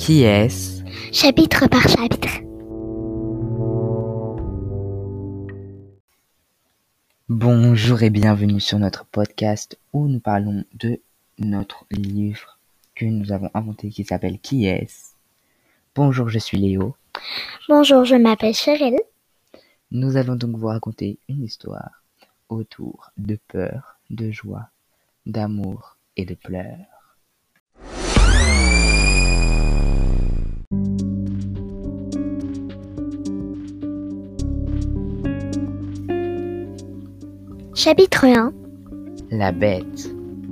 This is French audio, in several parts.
Qui est-ce? Chapitre par chapitre. Bonjour et bienvenue sur notre podcast où nous parlons de notre livre que nous avons inventé qui s'appelle Qui est-ce? Bonjour, je suis Léo. Bonjour, je m'appelle Cheryl. Nous allons donc vous raconter une histoire autour de peur, de joie, d'amour et de pleurs. Chapitre 1. La bête.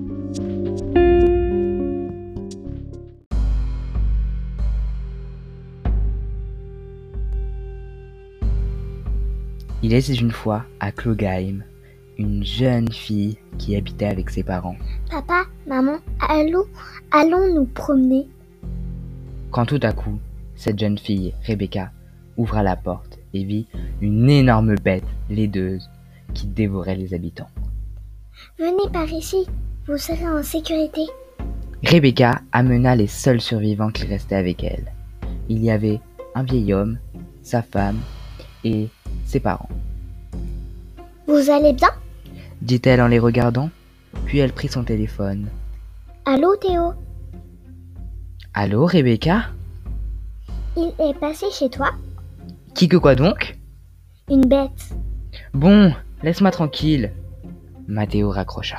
Il était une fois à Klogheim une jeune fille qui habitait avec ses parents. Papa, maman, allons nous promener. Quand tout à coup, cette jeune fille, Rebecca, ouvra la porte et vit une énorme bête laideuse qui dévorait les habitants. Venez par ici, vous serez en sécurité. Rebecca amena les seuls survivants qui restaient avec elle. Il y avait un vieil homme, sa femme et ses parents. Vous allez bien? Dit-elle en les regardant, puis elle prit son téléphone. Allô Théo? Allô Rebecca? Il est passé chez toi? Qui que quoi donc? Une bête. Bon, laisse-moi tranquille. Mathéo raccrocha.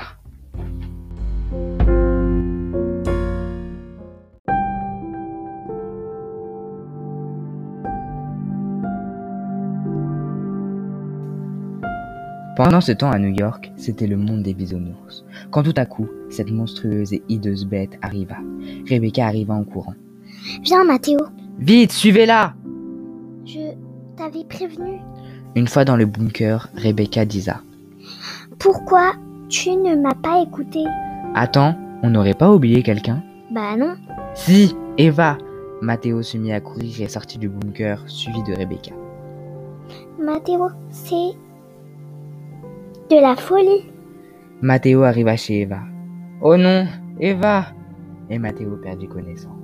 Pendant ce temps à New York, c'était le monde des bisounours. Quand tout à coup, cette monstrueuse et hideuse bête arriva. Rebecca arriva en courant. Viens Mathéo. Vite, suivez-la! Je t'avais prévenu. Une fois dans le bunker, Rebecca disa. Pourquoi tu ne m'as pas écouté? Attends, on n'aurait pas oublié quelqu'un? Bah non. Si, Eva! Mathéo se mit à courir et sortit du bunker, suivi de Rebecca. Mathéo, c'est de la folie. Mathéo arriva chez Eva. Oh non, Eva! Et Mathéo perdit connaissance.